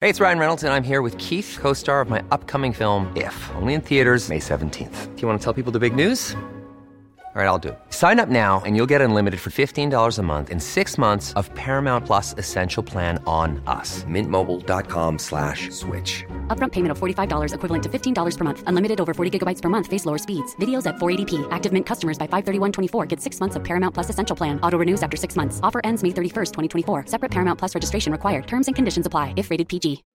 Hey, it's Ryan Reynolds, and I'm here with Keith, co-star of my upcoming film, If, only in theaters May 17th. Do you want to tell people the big news? All right, I'll do it. Sign up now and you'll get unlimited for $15 a month and 6 months of Paramount Plus Essential Plan on us. MintMobile.com/switch. Upfront payment of $45 equivalent to $15 per month. Unlimited over 40 gigabytes per month. Face lower speeds. Videos at 480p. Active Mint customers by 531.24 get 6 months of Paramount Plus Essential Plan. Auto renews after 6 months. Offer ends May 31st, 2024. Separate Paramount Plus registration required. Terms and conditions apply if rated PG.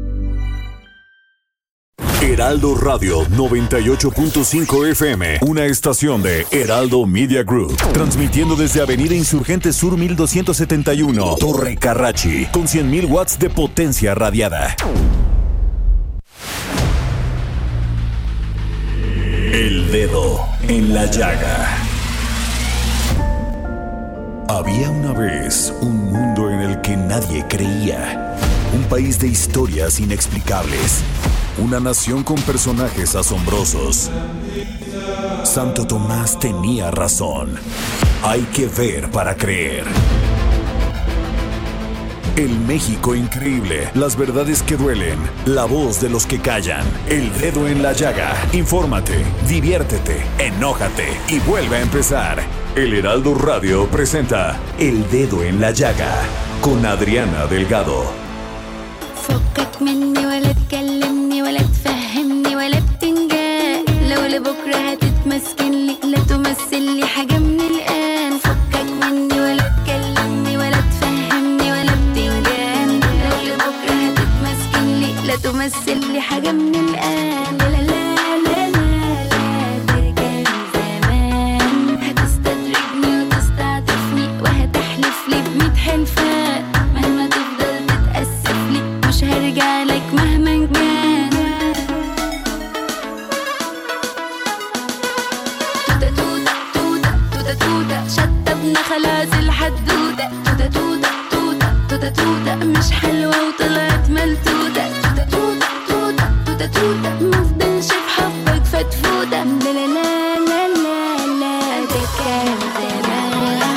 Heraldo Radio 98.5 FM, una estación de Heraldo Media Group, transmitiendo desde Avenida Insurgente Sur 1271, Torre Carrachi, con 100,000 watts de potencia radiada. El dedo en la llaga. Había una vez un mundo en el que nadie creía, un país de historias inexplicables. Una nación con personajes asombrosos. Santo Tomás tenía razón. Hay que ver para creer. El México increíble. Las verdades que duelen. La voz de los que callan. El dedo en la llaga. Infórmate, diviértete, enójate y vuelve a empezar. El Heraldo Radio presenta El Dedo en la Llaga con Adriana Delgado. فكك مني ولا تكلمني ولا تفهمني ولا بتنجان لو لبكرة هتتمسكن لي لا تمثل لي حاجة من الآن فكك مني ولا تكلمني ولا تفهمني ولا بتنجان لو لبكرة هتتمسكن لي لا تمثل لي حاجة من الآن لا لا لا لا لا ترجع زمان هتستدرجني وتستعطفني وهتحلف لي ب100 حلفان مهما تفضل تتأسف لي مش هرجع لك مهما كان توتة توتة توتة توتة توتة شطبنا خلاص الحدودة توتة توتة توتة توتة توتة مش حلوة وطلعت ملتوتة توتة توتة توتة توتة توتة مفضلش في حبك فتفوتة لا لا لا لا لا لا ده كان زمان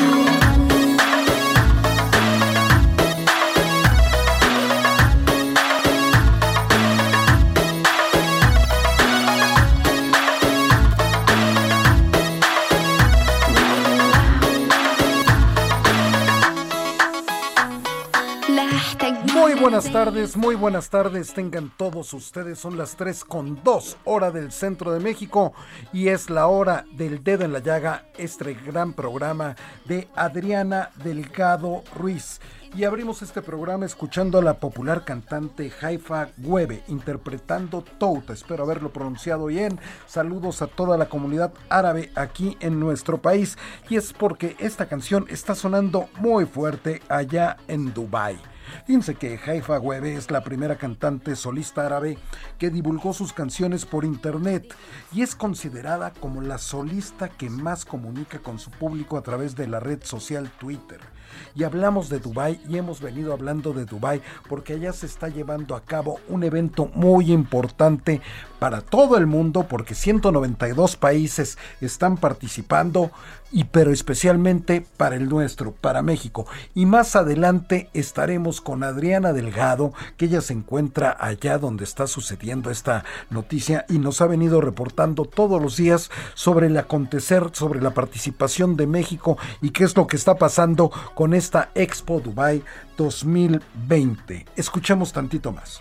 Muy buenas tardes, tengan todos ustedes, son las 3:02 hora del centro de México y es la hora del Dedo en la Llaga, este gran programa de Adriana Delgado Ruiz. Y abrimos este programa escuchando a la popular cantante Haifa Webe interpretando Touta, espero haberlo pronunciado bien. Saludos a toda la comunidad árabe aquí en nuestro país y es porque esta canción está sonando muy fuerte allá en Dubái. Fíjense que Haifa Webe es la primera cantante solista árabe que divulgó sus canciones por internet y es considerada como la solista que más comunica con su público a través de la red social Twitter. Y hablamos de Dubái y hemos venido hablando de Dubái porque allá se está llevando a cabo un evento muy importante para todo el mundo porque 192 países están participando pero especialmente para el nuestro, para México. Y más adelante estaremos con Adriana Delgado, que ella se encuentra allá donde está sucediendo esta noticia y nos ha venido reportando todos los días sobre el acontecer, sobre la participación de México y qué es lo que está pasando con esta Expo Dubái 2020. Escuchemos tantito más.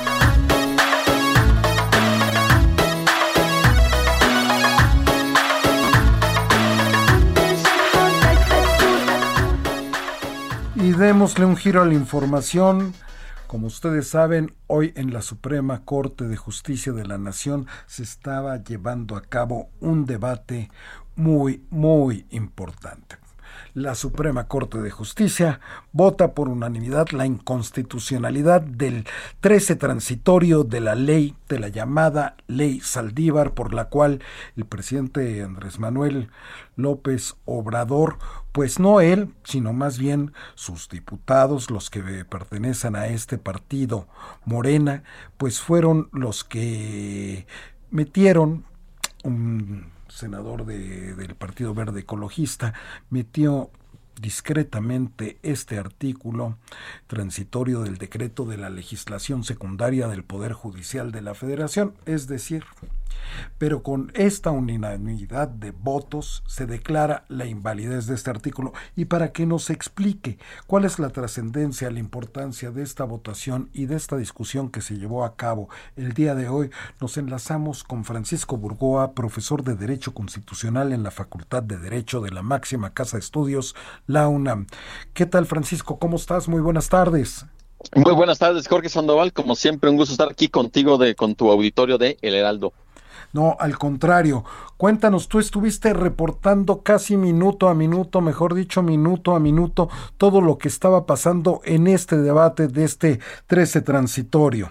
Y démosle un giro a la información. Como ustedes saben, hoy en la Suprema Corte de Justicia de la Nación se estaba llevando a cabo un debate muy, muy importante. La Suprema Corte de Justicia vota por unanimidad la inconstitucionalidad del 13 transitorio de la ley, de la llamada Ley Saldívar, por la cual el presidente Andrés Manuel López Obrador, pues no él, sino más bien sus diputados, los que pertenecen a este partido Morena, pues fueron los que metieron un senador del Partido Verde Ecologista, metió discretamente este artículo transitorio del decreto de la legislación secundaria del Poder Judicial de la Federación, es decir, pero con esta unanimidad de votos se declara la invalidez de este artículo. Y para que nos explique cuál es la trascendencia, la importancia de esta votación y de esta discusión que se llevó a cabo el día de hoy, nos enlazamos con Francisco Burgoa, profesor de Derecho Constitucional en la Facultad de Derecho de la máxima casa de estudios, la UNAM. ¿Qué tal, Francisco? ¿Cómo estás? Muy buenas tardes. Muy buenas tardes, Jorge Sandoval. Como siempre, un gusto estar aquí contigo con tu auditorio de El Heraldo. No, al contrario. Cuéntanos, tú estuviste reportando casi minuto a minuto, mejor dicho, minuto a minuto, todo lo que estaba pasando en este debate de este 13 transitorio.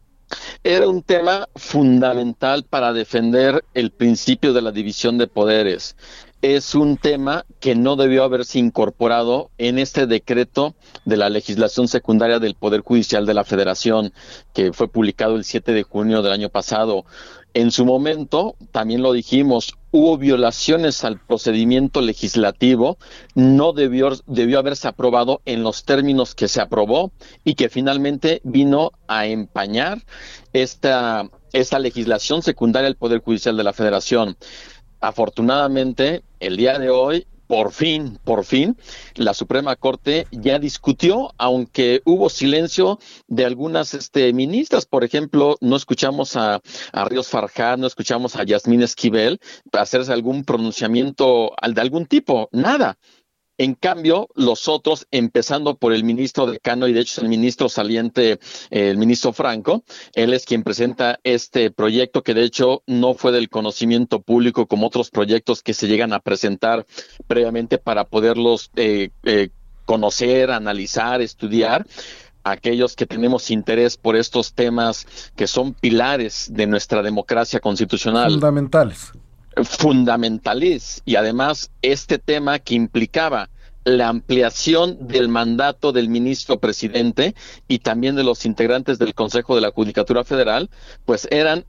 Era un tema fundamental para defender el principio de la división de poderes. Es un tema que no debió haberse incorporado en este decreto de la legislación secundaria del Poder Judicial de la Federación, que fue publicado el 7 de junio del año pasado. En su momento, también lo dijimos, hubo violaciones al procedimiento legislativo, no debió haberse aprobado en los términos que se aprobó y que finalmente vino a empañar esta legislación secundaria del Poder Judicial de la Federación. Afortunadamente, el día de hoy, por fin, la Suprema Corte ya discutió, aunque hubo silencio de algunas ministras. Por ejemplo, no escuchamos a Ríos Farjad, no escuchamos a Yasmín Esquivel hacerse algún pronunciamiento de algún tipo, nada. En cambio, los otros, empezando por el ministro decano y de hecho el ministro saliente, el ministro Franco, él es quien presenta este proyecto que de hecho no fue del conocimiento público como otros proyectos que se llegan a presentar previamente para poderlos conocer, analizar, estudiar. Aquellos que tenemos interés por estos temas que son pilares de nuestra democracia constitucional. Fundamentales, y además este tema que implicaba la ampliación del mandato del ministro presidente y también de los integrantes del Consejo de la Judicatura Federal, pues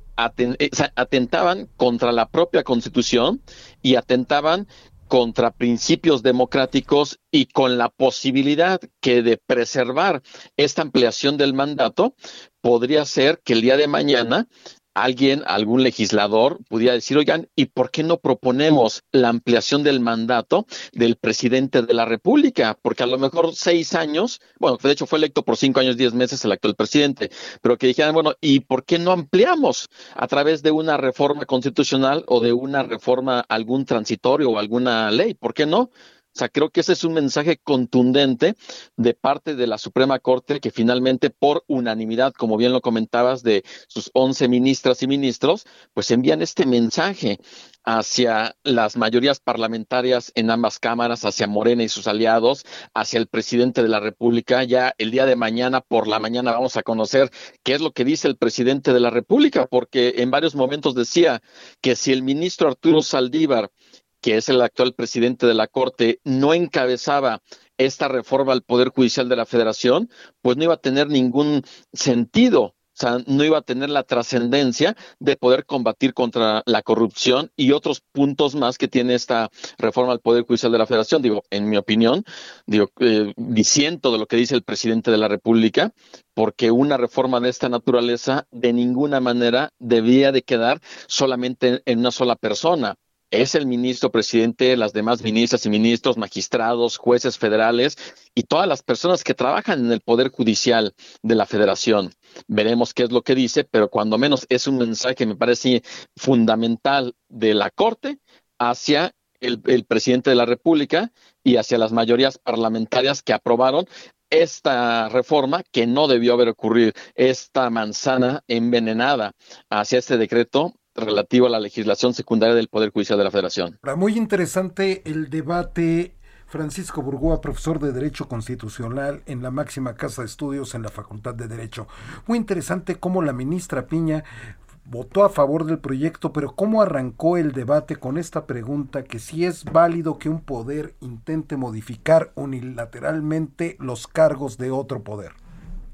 atentaban contra la propia Constitución y atentaban contra principios democráticos y con la posibilidad que de preservar esta ampliación del mandato podría ser que el día de mañana algún legislador pudiera decir, oigan, ¿y por qué no proponemos la ampliación del mandato del presidente de la República? Porque a lo mejor 6 años, bueno, de hecho fue electo por 5 años, 10 meses el actual presidente, pero que dijeran, bueno, ¿y por qué no ampliamos a través de una reforma constitucional o de una reforma, algún transitorio o alguna ley? ¿Por qué no? O sea, creo que ese es un mensaje contundente de parte de la Suprema Corte que finalmente por unanimidad, como bien lo comentabas, de sus 11 ministras y ministros, pues envían este mensaje hacia las mayorías parlamentarias en ambas cámaras, hacia Morena y sus aliados, hacia el presidente de la República. Ya el día de mañana, por la mañana, vamos a conocer qué es lo que dice el presidente de la República, porque en varios momentos decía que si el ministro Arturo Saldívar, que es el actual presidente de la Corte, no encabezaba esta reforma al Poder Judicial de la Federación, pues no iba a tener ningún sentido. O sea, no iba a tener la trascendencia de poder combatir contra la corrupción y otros puntos más que tiene esta reforma al Poder Judicial de la Federación. En mi opinión, disiento de lo que dice el presidente de la República, porque una reforma de esta naturaleza de ninguna manera debía de quedar solamente en una sola persona. Es el ministro presidente, las demás ministras y ministros, magistrados, jueces federales y todas las personas que trabajan en el Poder Judicial de la Federación. Veremos qué es lo que dice, pero cuando menos es un mensaje que me parece fundamental de la Corte hacia el presidente de la República y hacia las mayorías parlamentarias que aprobaron esta reforma que no debió haber ocurrido, esta manzana envenenada hacia este decreto relativo a la legislación secundaria del Poder Judicial de la Federación. Muy interesante el debate. Francisco Burgoa, profesor de Derecho Constitucional en la máxima casa de estudios en la Facultad de Derecho. Muy interesante cómo la ministra Piña votó a favor del proyecto, pero cómo arrancó el debate con esta pregunta que si es válido que un poder intente modificar unilateralmente los cargos de otro poder.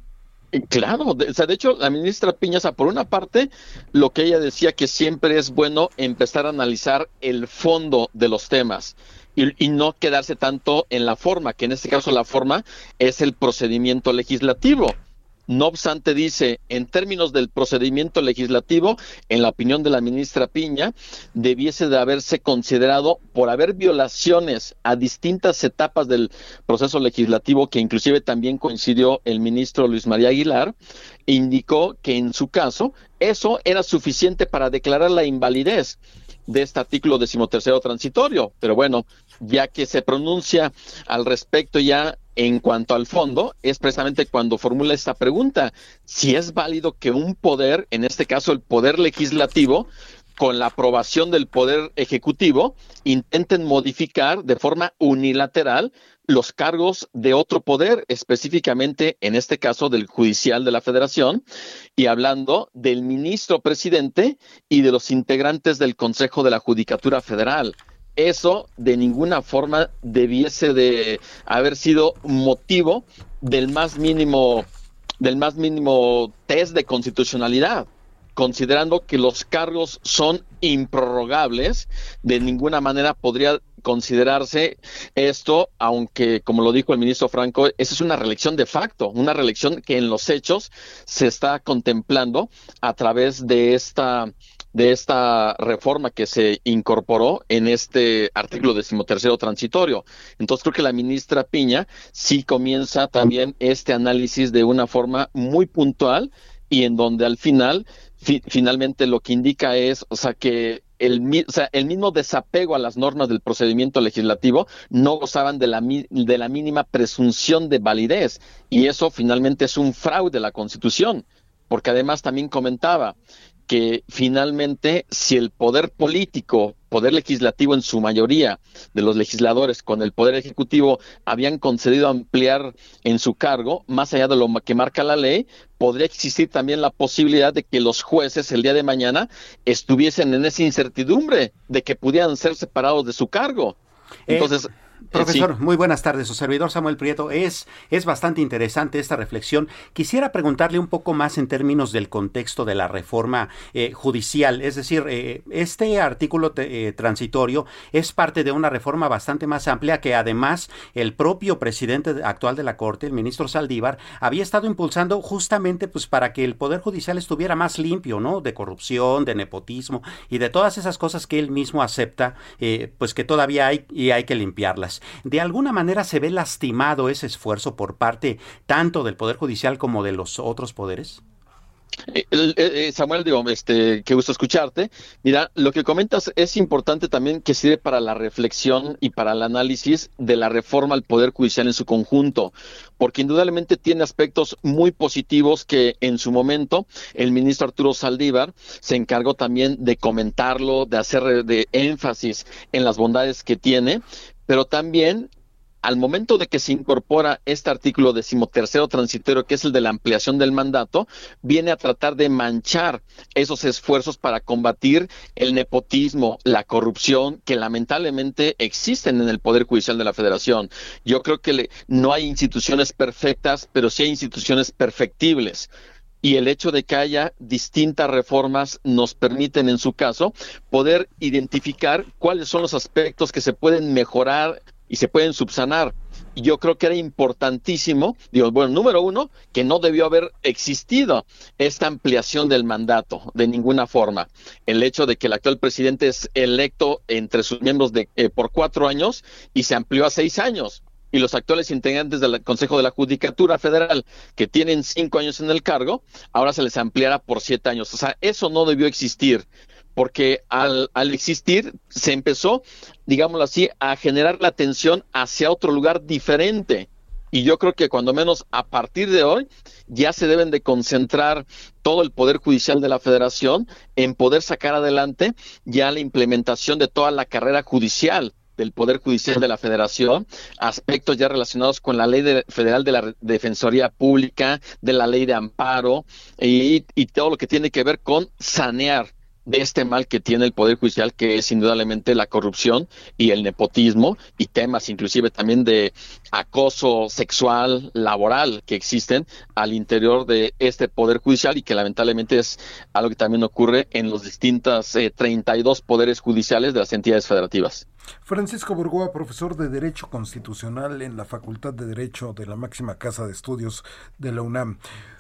Claro, o sea, de hecho, la ministra Piña, o sea, por una parte, lo que ella decía que siempre es bueno empezar a analizar el fondo de los temas y no quedarse tanto en la forma, que en este caso la forma es el procedimiento legislativo. No obstante, dice, en términos del procedimiento legislativo, en la opinión de la ministra Piña, debiese de haberse considerado por haber violaciones a distintas etapas del proceso legislativo, que inclusive también coincidió el ministro Luis María Aguilar, indicó que en su caso eso era suficiente para declarar la invalidez de este artículo 13º transitorio. Pero bueno, ya que se pronuncia al respecto ya en cuanto al fondo, es precisamente cuando formula esta pregunta, si es válido que un poder, en este caso el poder legislativo, con la aprobación del poder ejecutivo, intenten modificar de forma unilateral los cargos de otro poder, específicamente en este caso del judicial de la Federación, y hablando del ministro presidente y de los integrantes del Consejo de la Judicatura Federal. Eso de ninguna forma debiese de haber sido motivo del más mínimo test de constitucionalidad, considerando que los cargos son improrrogables. De ninguna manera podría considerarse esto, aunque, como lo dijo el ministro Franco, esa es una reelección de facto, una reelección que en los hechos se está contemplando a través de esta reforma que se incorporó en este artículo 13º transitorio. Entonces creo que la ministra Piña sí comienza también este análisis de una forma muy puntual y en donde al final, finalmente lo que indica es, o sea, que el mismo desapego a las normas del procedimiento legislativo no gozaban de la mínima presunción de validez, y eso finalmente es un fraude a la Constitución, porque además también comentaba que finalmente si el poder político, poder legislativo en su mayoría de los legisladores con el poder ejecutivo habían concedido ampliar en su cargo, más allá de lo que marca la ley, podría existir también la posibilidad de que los jueces el día de mañana estuviesen en esa incertidumbre de que pudieran ser separados de su cargo. Entonces, profesor, sí. Muy buenas tardes. Su servidor Samuel Prieto. Es bastante interesante esta reflexión. Quisiera preguntarle un poco más en términos del contexto de la reforma judicial. Es decir, este artículo transitorio es parte de una reforma bastante más amplia que además el propio presidente actual de la Corte, el ministro Saldívar, había estado impulsando justamente pues para que el Poder Judicial estuviera más limpio, ¿no? De corrupción, de nepotismo y de todas esas cosas que él mismo acepta, pues que todavía hay y hay que limpiarlas. ¿De alguna manera se ve lastimado ese esfuerzo por parte tanto del Poder Judicial como de los otros poderes? Samuel, digo, qué gusto escucharte. Mira, lo que comentas es importante también, que sirve para la reflexión y para el análisis de la reforma al Poder Judicial en su conjunto, porque indudablemente tiene aspectos muy positivos que en su momento el ministro Arturo Saldívar se encargó también de comentarlo, de hacer de énfasis en las bondades que tiene, pero también al momento de que se incorpora este artículo 13º transitorio, que es el de la ampliación del mandato, viene a tratar de manchar esos esfuerzos para combatir el nepotismo, la corrupción que lamentablemente existen en el Poder Judicial de la Federación. Yo creo que no hay instituciones perfectas, pero sí hay instituciones perfectibles. Y el hecho de que haya distintas reformas nos permiten, en su caso, poder identificar cuáles son los aspectos que se pueden mejorar y se pueden subsanar. Y yo creo que era importantísimo, número uno, que no debió haber existido esta ampliación del mandato de ninguna forma. El hecho de que el actual presidente es electo entre sus miembros por 4 años y se amplió a 6 años. Y los actuales integrantes del Consejo de la Judicatura Federal, que tienen 5 años en el cargo, ahora se les ampliará por 7 años. O sea, eso no debió existir, porque al existir se empezó, digámoslo así, a generar la atención hacia otro lugar diferente. Y yo creo que cuando menos a partir de hoy ya se deben de concentrar todo el Poder Judicial de la Federación en poder sacar adelante ya la implementación de toda la carrera judicial del Poder Judicial de la Federación, aspectos ya relacionados con la Ley Federal de la Defensoría Pública, de la Ley de Amparo y todo lo que tiene que ver con sanear de este mal que tiene el Poder Judicial, que es indudablemente la corrupción y el nepotismo, y temas inclusive también de acoso sexual, laboral, que existen al interior de este Poder Judicial, y que lamentablemente es algo que también ocurre en los distintos 32 poderes judiciales de las entidades federativas. Francisco Burgoa, profesor de Derecho Constitucional en la Facultad de Derecho de la máxima casa de estudios de la UNAM.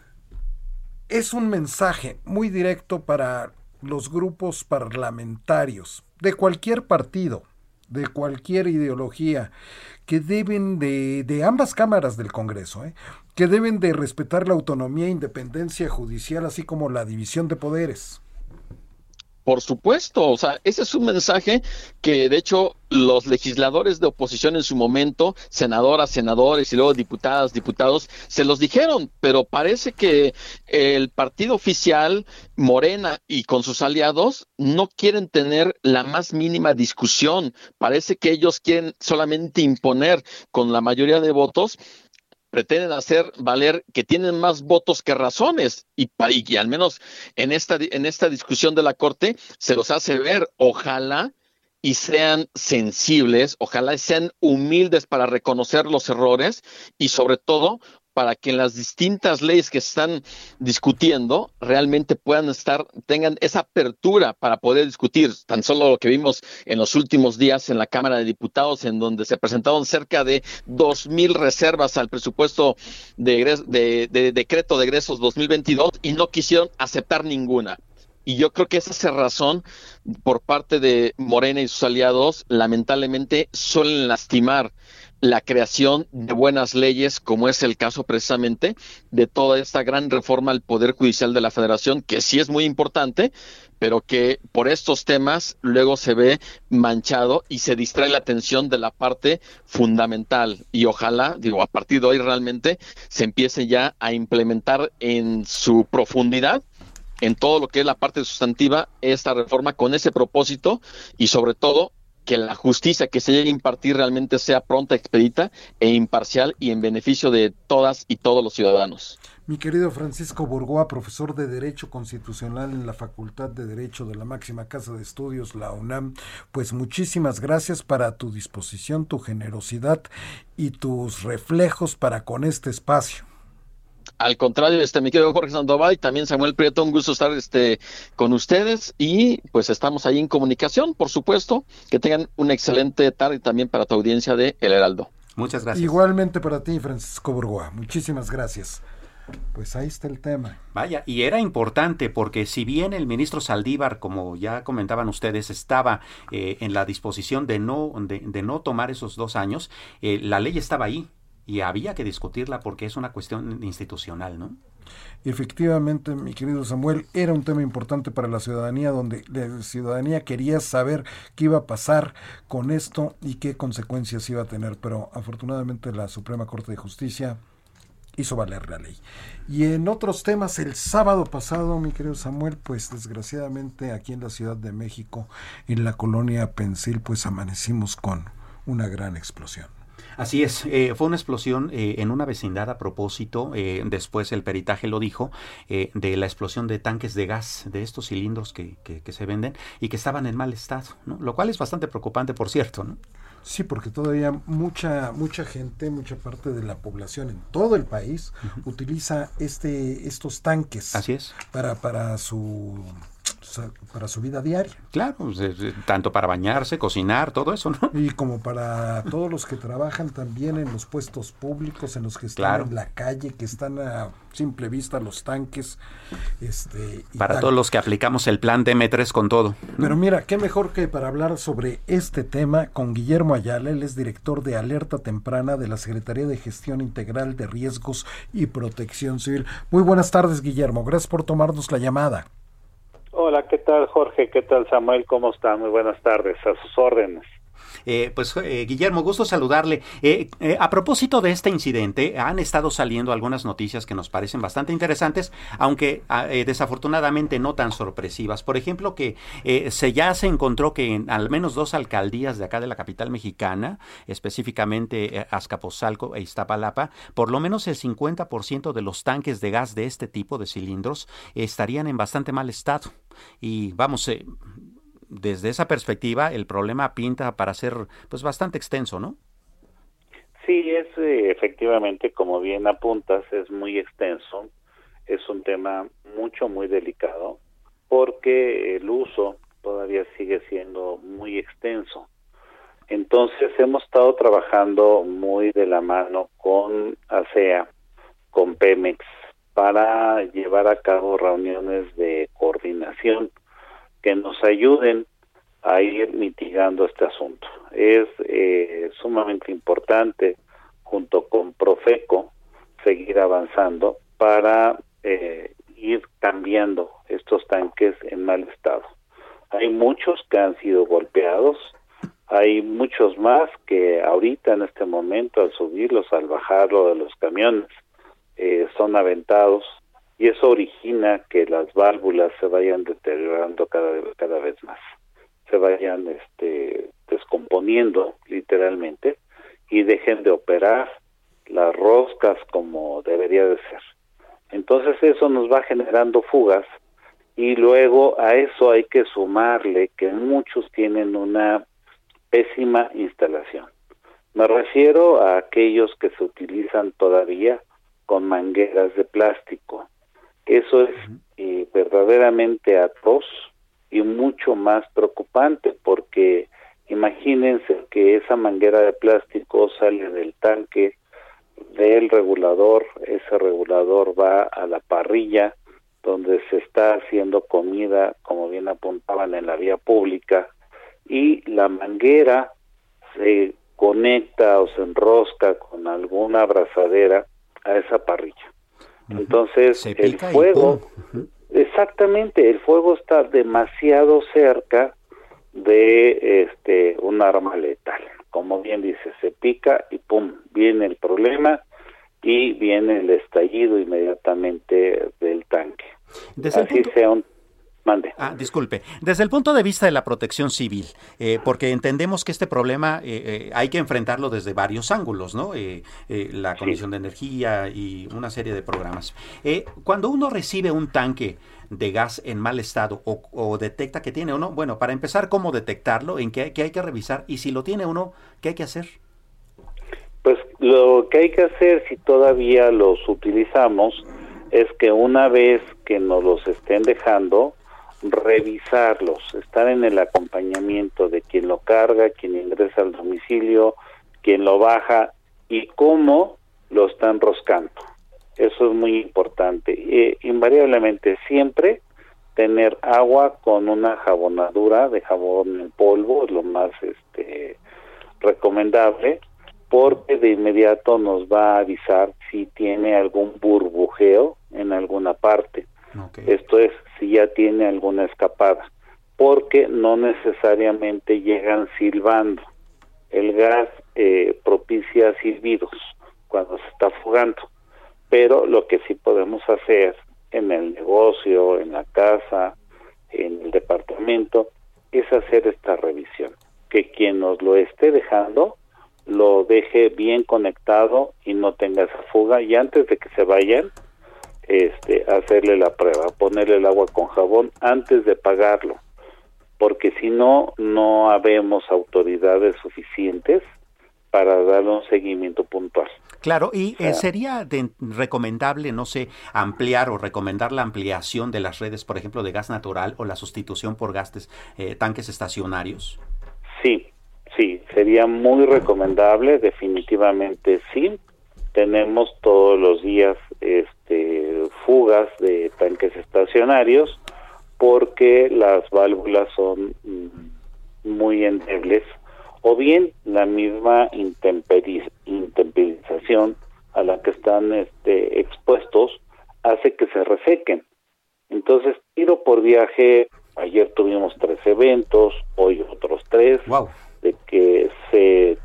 Es un mensaje muy directo para los grupos parlamentarios de cualquier partido, de cualquier ideología, que deben de ambas cámaras del Congreso, que deben de respetar la autonomía e independencia judicial, así como la división de poderes. Por supuesto, o sea, ese es un mensaje que de hecho los legisladores de oposición en su momento, senadoras, senadores y luego diputadas, diputados, se los dijeron, pero parece que el partido oficial, Morena y con sus aliados, no quieren tener la más mínima discusión. Parece que ellos quieren solamente imponer con la mayoría de votos, pretenden hacer valer que tienen más votos que razones, y al menos en esta discusión de la Corte se los hace ver. Ojalá y sean sensibles, ojalá y sean humildes para reconocer los errores, y sobre todo para que en las distintas leyes que se están discutiendo realmente tengan esa apertura para poder discutir. Tan solo lo que vimos en los últimos días en la Cámara de Diputados, en donde se presentaron cerca de 2,000 reservas al presupuesto de decreto de egresos 2022 y no quisieron aceptar ninguna. Y yo creo que esa es la razón por parte de Morena y sus aliados, lamentablemente suelen lastimar la creación de buenas leyes, como es el caso precisamente de toda esta gran reforma al Poder Judicial de la Federación, que sí es muy importante, pero que por estos temas luego se ve manchado y se distrae la atención de la parte fundamental. Y ojalá, a partir de hoy realmente se empiece ya a implementar en su profundidad, en todo lo que es la parte sustantiva, esta reforma con ese propósito, y sobre todo que la justicia que se llegue a impartir realmente sea pronta, expedita e imparcial y en beneficio de todas y todos los ciudadanos. Mi querido Francisco Burgoa, profesor de Derecho Constitucional en la Facultad de Derecho de la máxima casa de estudios, la UNAM, pues muchísimas gracias para tu disposición, tu generosidad y tus reflejos para con este espacio. Al contrario, mi querido Jorge Sandoval y también Samuel Prieto, un gusto estar con ustedes, y pues estamos ahí en comunicación, por supuesto. Que tengan una excelente tarde también para tu audiencia de El Heraldo. Muchas gracias. Igualmente para ti, Francisco Burgoa. Muchísimas gracias. Pues ahí está el tema. Vaya, y era importante porque si bien el ministro Saldívar, como ya comentaban ustedes, estaba en la disposición de no tomar esos 2 años, la ley estaba ahí. Y había que discutirla porque es una cuestión institucional, ¿no? Efectivamente, mi querido Samuel, era un tema importante para la ciudadanía, donde la ciudadanía quería saber qué iba a pasar con esto y qué consecuencias iba a tener, pero afortunadamente la Suprema Corte de Justicia hizo valer la ley. Y en otros temas, el sábado pasado, mi querido Samuel, pues desgraciadamente aquí en la Ciudad de México, en la colonia Pensil, pues amanecimos con una gran explosión. Así es, fue una explosión en una vecindad a propósito, después el peritaje lo dijo, de la explosión de tanques de gas, de estos cilindros que se venden y que estaban en mal estado, ¿no? Lo cual es bastante preocupante, por cierto, ¿no? Sí, porque todavía mucha gente, mucha parte de la población en todo el país utiliza estos tanques. Así es. Para su vida diaria. Claro, tanto para bañarse, cocinar, todo eso, ¿no? Y como para todos los que trabajan también en los puestos públicos, en los que están en la calle, que están a simple vista los tanques. Para todos los que aplicamos el plan DM3 con todo, ¿no? Pero mira, qué mejor que para hablar sobre este tema con Guillermo Ayala. Él es director de Alerta Temprana de la Secretaría de Gestión Integral de Riesgos y Protección Civil. Muy buenas tardes, Guillermo. Gracias por tomarnos la llamada. Hola, ¿qué tal, Jorge? ¿Qué tal, Samuel? ¿Cómo están? Muy buenas tardes, a sus órdenes. Guillermo, gusto saludarle. A propósito de este incidente, han estado saliendo algunas noticias que nos parecen bastante interesantes, aunque desafortunadamente no tan sorpresivas. Por ejemplo, que ya se encontró que en al menos 2 alcaldías de acá de la capital mexicana, específicamente Azcapotzalco e Iztapalapa, por lo menos el 50% de los tanques de gas de este tipo de cilindros estarían en bastante mal estado. Y vamos, desde esa perspectiva, el problema pinta para ser pues bastante extenso, ¿no? Sí, es efectivamente, como bien apuntas, es muy extenso. Es un tema muy delicado, porque el uso todavía sigue siendo muy extenso. Entonces hemos estado trabajando muy de la mano con ASEA, con Pemex, para llevar a cabo reuniones de coordinación que nos ayuden a ir mitigando este asunto. Es sumamente importante, junto con Profeco, seguir avanzando para ir cambiando estos tanques en mal estado. Hay muchos que han sido golpeados, hay muchos más que ahorita en este momento al subirlos, al bajarlo de los camiones, son aventados, y eso origina que las válvulas se vayan deteriorando cada vez más, se vayan descomponiendo literalmente y dejen de operar las roscas como debería de ser. Entonces eso nos va generando fugas, y luego a eso hay que sumarle que muchos tienen una pésima instalación. Me refiero a aquellos que se utilizan todavía con mangueras de plástico. Eso es verdaderamente atroz y mucho más preocupante, porque imagínense que esa manguera de plástico sale del tanque del regulador, ese regulador va a la parrilla donde se está haciendo comida, como bien apuntaban, en la vía pública, y la manguera se conecta o se enrosca con alguna abrazadera a esa parrilla. Entonces el fuego, exactamente, el fuego está demasiado cerca de un arma letal. Como bien dice, se pica y pum, viene el problema y viene el estallido inmediatamente del tanque. Así sea un... Mande. Disculpe. Desde el punto de vista de la protección civil, porque entendemos que este problema hay que enfrentarlo desde varios ángulos, ¿no? La Comisión de Energía y una serie de programas. Cuando uno recibe un tanque de gas en mal estado o detecta que tiene uno, bueno, para empezar, ¿cómo detectarlo? ¿En qué hay que revisar? Y si lo tiene uno, ¿qué hay que hacer? Pues lo que hay que hacer, si todavía los utilizamos, es que una vez que nos los estén dejando, revisarlos, estar en el acompañamiento de quien lo carga, quien ingresa al domicilio, quien lo baja y cómo lo están roscando. Eso es muy importante. Invariablemente siempre tener agua con una jabonadura de jabón en polvo es lo más recomendable, porque de inmediato nos va a avisar si tiene algún burbujeo en alguna parte. Okay. Esto es, si ya tiene alguna escapada, porque no necesariamente llegan silbando. El gas propicia silbidos cuando se está fugando, pero lo que sí podemos hacer en el negocio, en la casa, en el departamento, es hacer esta revisión, que quien nos lo esté dejando lo deje bien conectado y no tenga esa fuga, y antes de que se vayan, hacerle la prueba, ponerle el agua con jabón antes de pagarlo, porque si no, no habemos autoridades suficientes para darle un seguimiento puntual. Claro, y sería recomendable, no sé, ampliar o recomendar la ampliación de las redes, por ejemplo, de gas natural o la sustitución por tanques estacionarios. Sí, sería muy recomendable, definitivamente sí. Tenemos todos los días fugas de tanques estacionarios porque las válvulas son muy endebles, o bien la misma intemperización a la que están expuestos hace que se resequen. Entonces, tiro por viaje, ayer tuvimos 3 eventos, hoy otros 3, wow, de que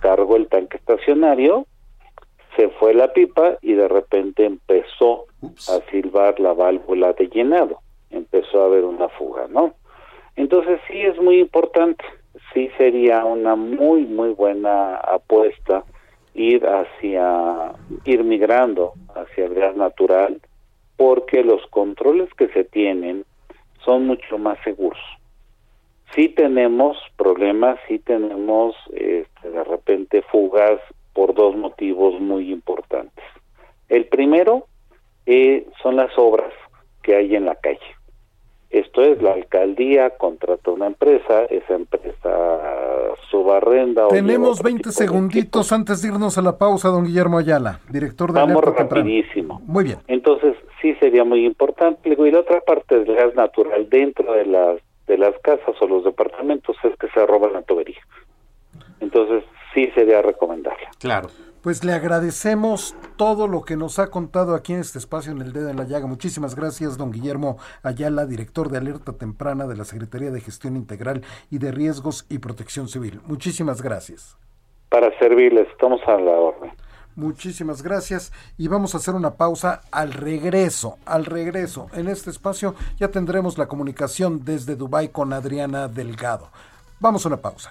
cargó el tanque estacionario, se fue la pipa y de repente empezó a silbar la válvula de llenado. Empezó a haber una fuga, ¿no? Entonces sí es muy importante, sí sería una muy buena apuesta ir migrando hacia el gas natural, porque los controles que se tienen son mucho más seguros. Sí tenemos problemas, sí tenemos de repente fugas por dos motivos muy importantes. El primero son las obras que hay en la calle. Esto es, la alcaldía contrata una empresa, esa empresa subarrenda. Tenemos 20 segunditos antes de irnos a la pausa, don Guillermo Ayala, director de Vamos Alerta rapidísimo. Temprana. Muy bien. Entonces, sí sería muy importante. Y la otra parte del gas natural dentro de las casas o los departamentos es que se roban la tubería. Entonces, sí sería recomendable. Claro. Pues le agradecemos todo lo que nos ha contado aquí en este espacio en el Dedo en la Llaga. Muchísimas gracias, don Guillermo Ayala, director de Alerta Temprana de la Secretaría de Gestión Integral y de Riesgos y Protección Civil. Muchísimas gracias. Para servirles, estamos a la orden. Muchísimas gracias y vamos a hacer una pausa. Al regreso, en este espacio ya tendremos la comunicación desde Dubái con Adriana Delgado. Vamos a una pausa.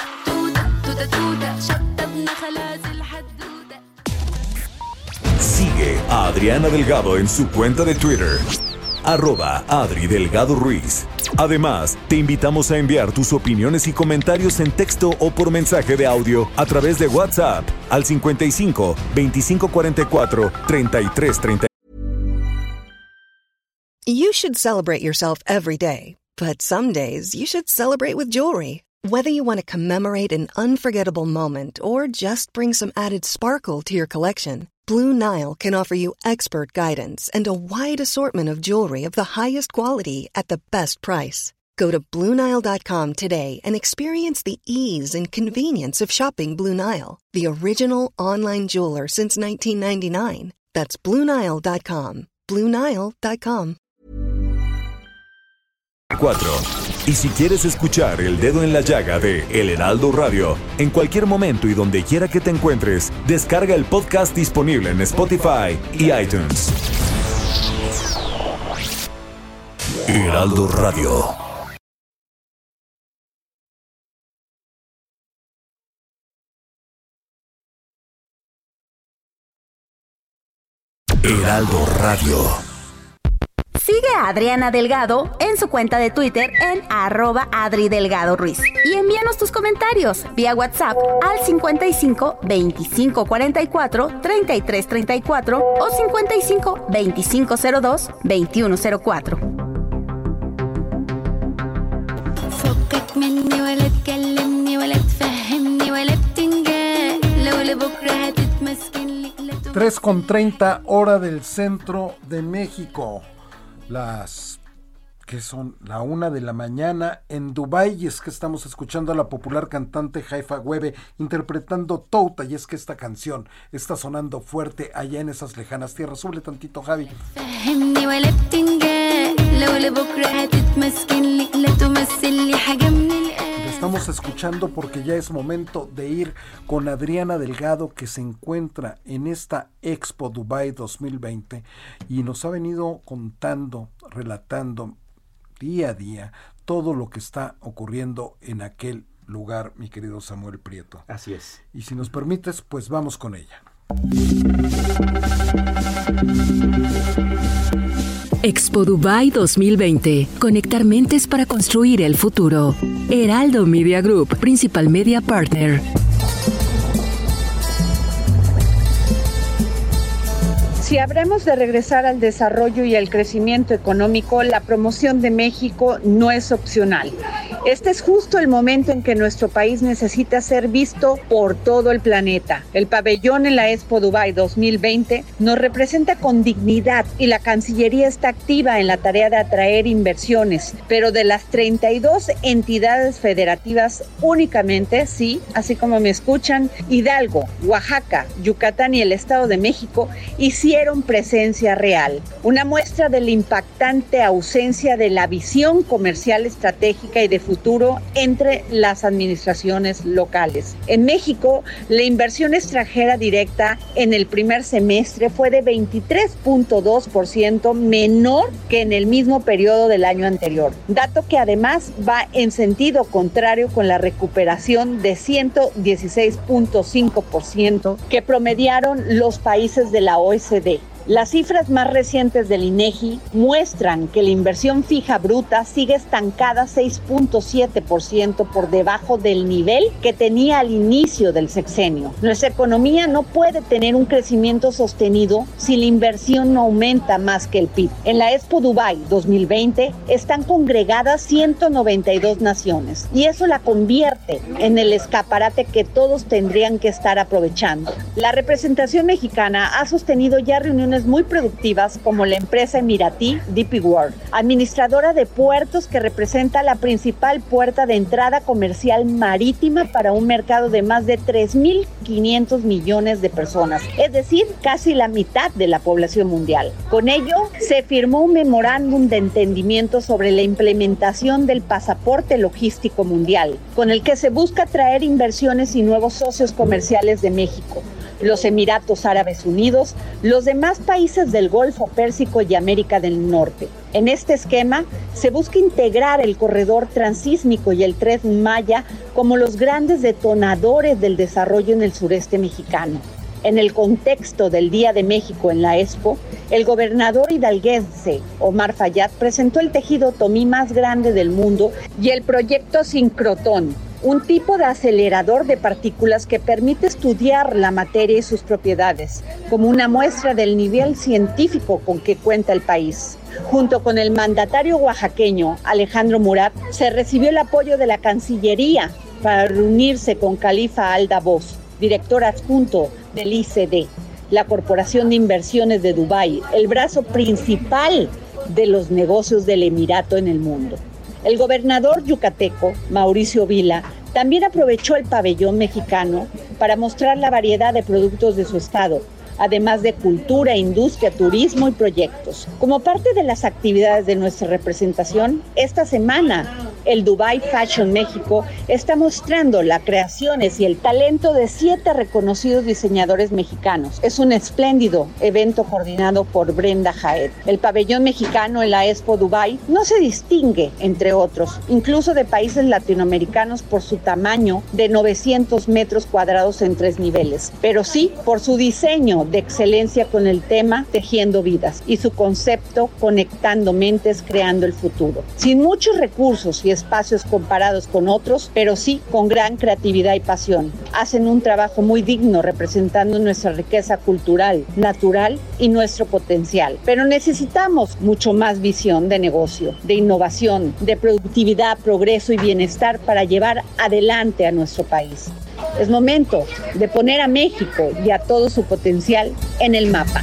Sigue a Adriana Delgado en su cuenta de Twitter, @AdriDelgadoRuiz. Además, te invitamos a enviar tus opiniones y comentarios en texto o por mensaje de audio a través de WhatsApp al 55 2544 3330. You should celebrate yourself every day, but some days you should celebrate with jewelry. Whether you want to commemorate an unforgettable moment or just bring some added sparkle to your collection, Blue Nile can offer you expert guidance and a wide assortment of jewelry of the highest quality at the best price. Go to BlueNile.com today and experience the ease and convenience of shopping Blue Nile, the original online jeweler since 1999. That's BlueNile.com. BlueNile.com. 4. Y si quieres escuchar El Dedo en la Llaga de El Heraldo Radio, en cualquier momento y donde quiera que te encuentres, descarga el podcast disponible en Spotify y iTunes. Heraldo Radio. Heraldo Radio. Sigue a Adriana Delgado en su cuenta de Twitter en @AdriDelgadoRuiz y envíanos tus comentarios vía WhatsApp al 55 25 44 33 34 o 55 25 02 21 04. فكك مني ولا تكلمني ولا تفهمني ولا بتنجان لو لبكره هتتمسكن لي 3:30 hora del centro de México. Que son la 1 de la mañana en Dubái, y es que estamos escuchando a la popular cantante Haifa Webe interpretando Touta, y es que esta canción está sonando fuerte allá en esas lejanas tierras. Súbele tantito, Javi. Lo estamos escuchando porque ya es momento de ir con Adriana Delgado, que se encuentra en esta Expo Dubai 2020 y nos ha venido contando, relatando día a día todo lo que está ocurriendo en aquel lugar, mi querido Samuel Prieto. Así es. Y si nos permites, pues vamos con ella. Expo Dubai 2020. Conectar mentes para construir el futuro. Heraldo Media Group, Principal Media Partner. Si hablamos de regresar al desarrollo y al crecimiento económico, la promoción de México no es opcional. Este es justo el momento en que nuestro país necesita ser visto por todo el planeta. El pabellón en la Expo Dubai 2020 nos representa con dignidad y la Cancillería está activa en la tarea de atraer inversiones, pero de las 32 entidades federativas únicamente, sí, así como me escuchan, Hidalgo, Oaxaca, Yucatán y el Estado de México hicieron presencia real, una muestra de la impactante ausencia de la visión comercial estratégica y de fusión futuro entre las administraciones locales. En México, la inversión extranjera directa en el primer semestre fue de 23.2% menor que en el mismo periodo del año anterior, dato que además va en sentido contrario con la recuperación de 116.5% que promediaron los países de la OECD. Las cifras más recientes del INEGI muestran que la inversión fija bruta sigue estancada 6.7% por debajo del nivel que tenía al inicio del sexenio. Nuestra economía no puede tener un crecimiento sostenido si la inversión no aumenta más que el PIB. En la Expo Dubai 2020 están congregadas 192 naciones y eso la convierte en el escaparate que todos tendrían que estar aprovechando. La representación mexicana ha sostenido ya reuniones muy productivas como la empresa emiratí DP World, administradora de puertos que representa la principal puerta de entrada comercial marítima para un mercado de más de 3.500 millones de personas, es decir, casi la mitad de la población mundial. Con ello, se firmó un memorándum de entendimiento sobre la implementación del pasaporte logístico mundial, con el que se busca atraer inversiones y nuevos socios comerciales de México, los Emiratos Árabes Unidos, los demás países del Golfo Pérsico y América del Norte. En este esquema se busca integrar el corredor transísmico y el Tren Maya como los grandes detonadores del desarrollo en el sureste mexicano. En el contexto del Día de México en la Expo, el gobernador hidalguense Omar Fayad presentó el tejido otomí más grande del mundo y el proyecto Sincrotron, un tipo de acelerador de partículas que permite estudiar la materia y sus propiedades, como una muestra del nivel científico con que cuenta el país. Junto con el mandatario oaxaqueño Alejandro Murat, se recibió el apoyo de la Cancillería para reunirse con Khalifa Al-Dabous, director adjunto del ICD, la Corporación de Inversiones de Dubái, el brazo principal de los negocios del Emirato en el mundo. El gobernador yucateco, Mauricio Vila, también aprovechó el pabellón mexicano para mostrar la variedad de productos de su estado, además de cultura, industria, turismo y proyectos. Como parte de las actividades de nuestra representación, esta semana el Dubai Fashion México está mostrando las creaciones y el talento de 7 reconocidos diseñadores mexicanos. Es un espléndido evento coordinado por Brenda Jaed. El pabellón mexicano en la Expo Dubai no se distingue, entre otros, incluso de países latinoamericanos por su tamaño de 900 metros cuadrados en 3 niveles, pero sí por su diseño de excelencia con el tema Tejiendo Vidas y su concepto Conectando Mentes, Creando el Futuro. Sin muchos recursos y espacios comparados con otros, pero sí con gran creatividad y pasión. Hacen un trabajo muy digno representando nuestra riqueza cultural, natural y nuestro potencial. Pero necesitamos mucho más visión de negocio, de innovación, de productividad, progreso y bienestar para llevar adelante a nuestro país. Es momento de poner a México y a todo su potencial en el mapa.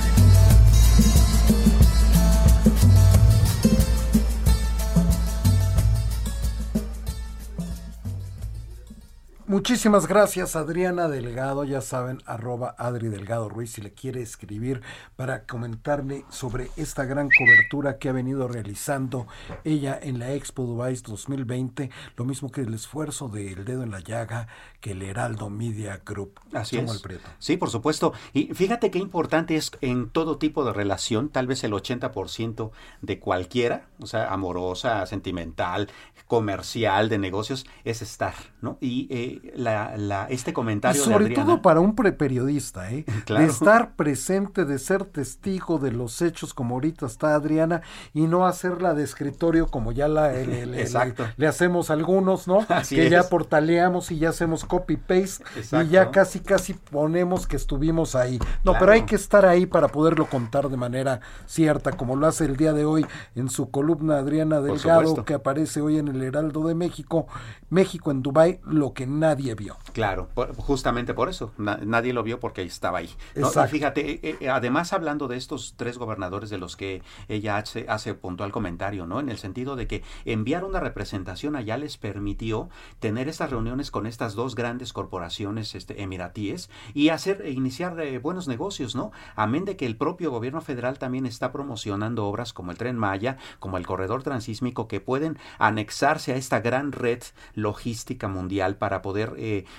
Muchísimas gracias, Adriana Delgado. Ya saben, @Adri Delgado Ruiz, si le quiere escribir para comentarle sobre esta gran cobertura que ha venido realizando ella en la Expo Dubai 2020, lo mismo que el esfuerzo del Dedo en la Llaga, que el Heraldo Media Group. Así es. Sí, por supuesto. Y fíjate qué importante es en todo tipo de relación, tal vez el 80% de cualquiera, o sea, amorosa, sentimental, comercial, de negocios, es estar, ¿no? Y este comentario y sobre de Adriana, todo para un periodista, claro, de estar presente, de ser testigo de los hechos como ahorita está Adriana y no hacerla de escritorio como ya le hacemos algunos, ¿no? Así que es. ya portaleamos y ya hacemos copy-paste y ya casi ponemos que estuvimos ahí. No, claro, pero hay que estar ahí para poderlo contar de manera cierta, como lo hace el día de hoy en su columna Adriana Delgado, que aparece hoy en el Heraldo de México, México en Dubái, lo que nadie nadie vio. Claro, justamente por eso, nadie lo vio porque estaba ahí, ¿no? Y fíjate, además hablando de estos 3 gobernadores de los que ella hace puntual comentario, ¿no? En el sentido de que enviar una representación allá les permitió tener estas reuniones con estas 2 grandes corporaciones emiratíes y iniciar buenos negocios, ¿no? Amén de que el propio gobierno federal también está promocionando obras como el Tren Maya, como el corredor transísmico, que pueden anexarse a esta gran red logística mundial para poder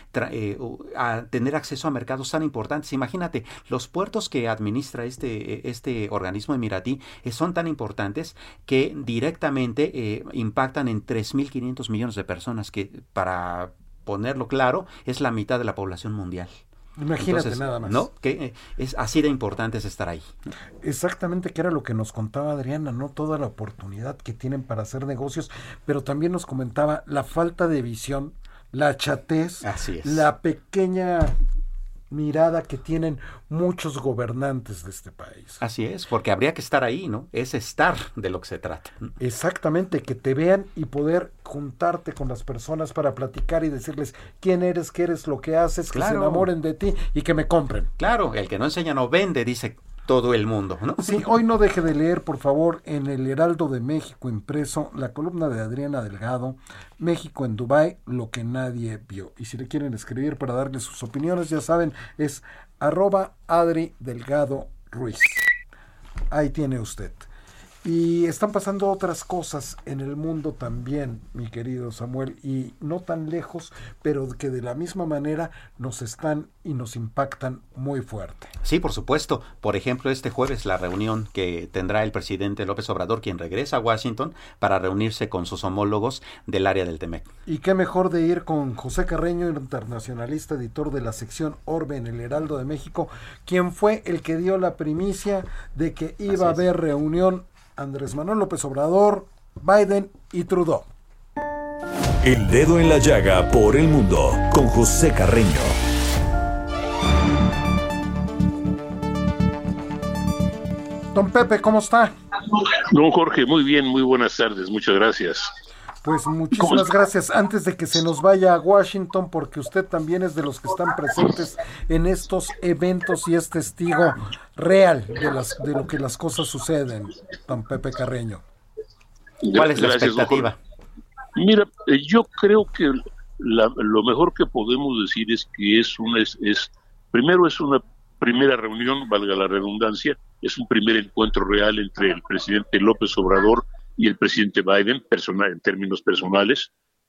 a tener acceso a mercados tan importantes. Imagínate, los puertos que administra este organismo emiratí son tan importantes que directamente impactan en 3.500 millones de personas, que para ponerlo claro es la mitad de la población mundial. Imagínate. Entonces, nada más. ¿No? Que es así de importante es estar ahí. Exactamente, que era lo que nos contaba Adriana, ¿no? Toda la oportunidad que tienen para hacer negocios, pero también nos comentaba la falta de visión, la chatez, la pequeña mirada que tienen muchos gobernantes de este país. Así es, porque habría que estar ahí, ¿no? Es estar de lo que se trata. Exactamente, que te vean y poder juntarte con las personas para platicar y decirles quién eres, qué eres, lo que haces, que se enamoren de ti y que me compren. Claro, el que no enseña no vende, dice todo el mundo, ¿no? Sí, hoy no deje de leer, por favor, en el Heraldo de México impreso, la columna de Adriana Delgado, México en Dubái, lo que nadie vio. Y si le quieren escribir para darle sus opiniones, ya saben, es @AdriDelgadoRuiz. Ahí tiene usted. Y están pasando otras cosas en el mundo también, mi querido Samuel, y no tan lejos, pero que de la misma manera nos están y nos impactan muy fuerte. Sí, por supuesto. Por ejemplo, este jueves la reunión que tendrá el presidente López Obrador, quien regresa a Washington para reunirse con sus homólogos del área del TEMEC. Y qué mejor de ir con José Carreño, internacionalista, editor de la sección Orbe en el Heraldo de México, quien fue el que dio la primicia de que iba a haber reunión Andrés Manuel López Obrador, Biden y Trudeau. El dedo en la llaga por el mundo con José Carreño. Don Pepe, ¿cómo está? Don Jorge, muy bien, muy buenas tardes, muchas gracias. Pues muchísimas gracias. Antes de que se nos vaya a Washington, porque usted también es de los que están presentes en estos eventos y es testigo real de lo que las cosas suceden, don Pepe Carreño. ¿Cuál es la expectativa? Mira, yo creo que lo mejor que podemos decir es que primero es una primera reunión, valga la redundancia, es un primer encuentro real entre el presidente López Obrador y el presidente Biden, en términos personales.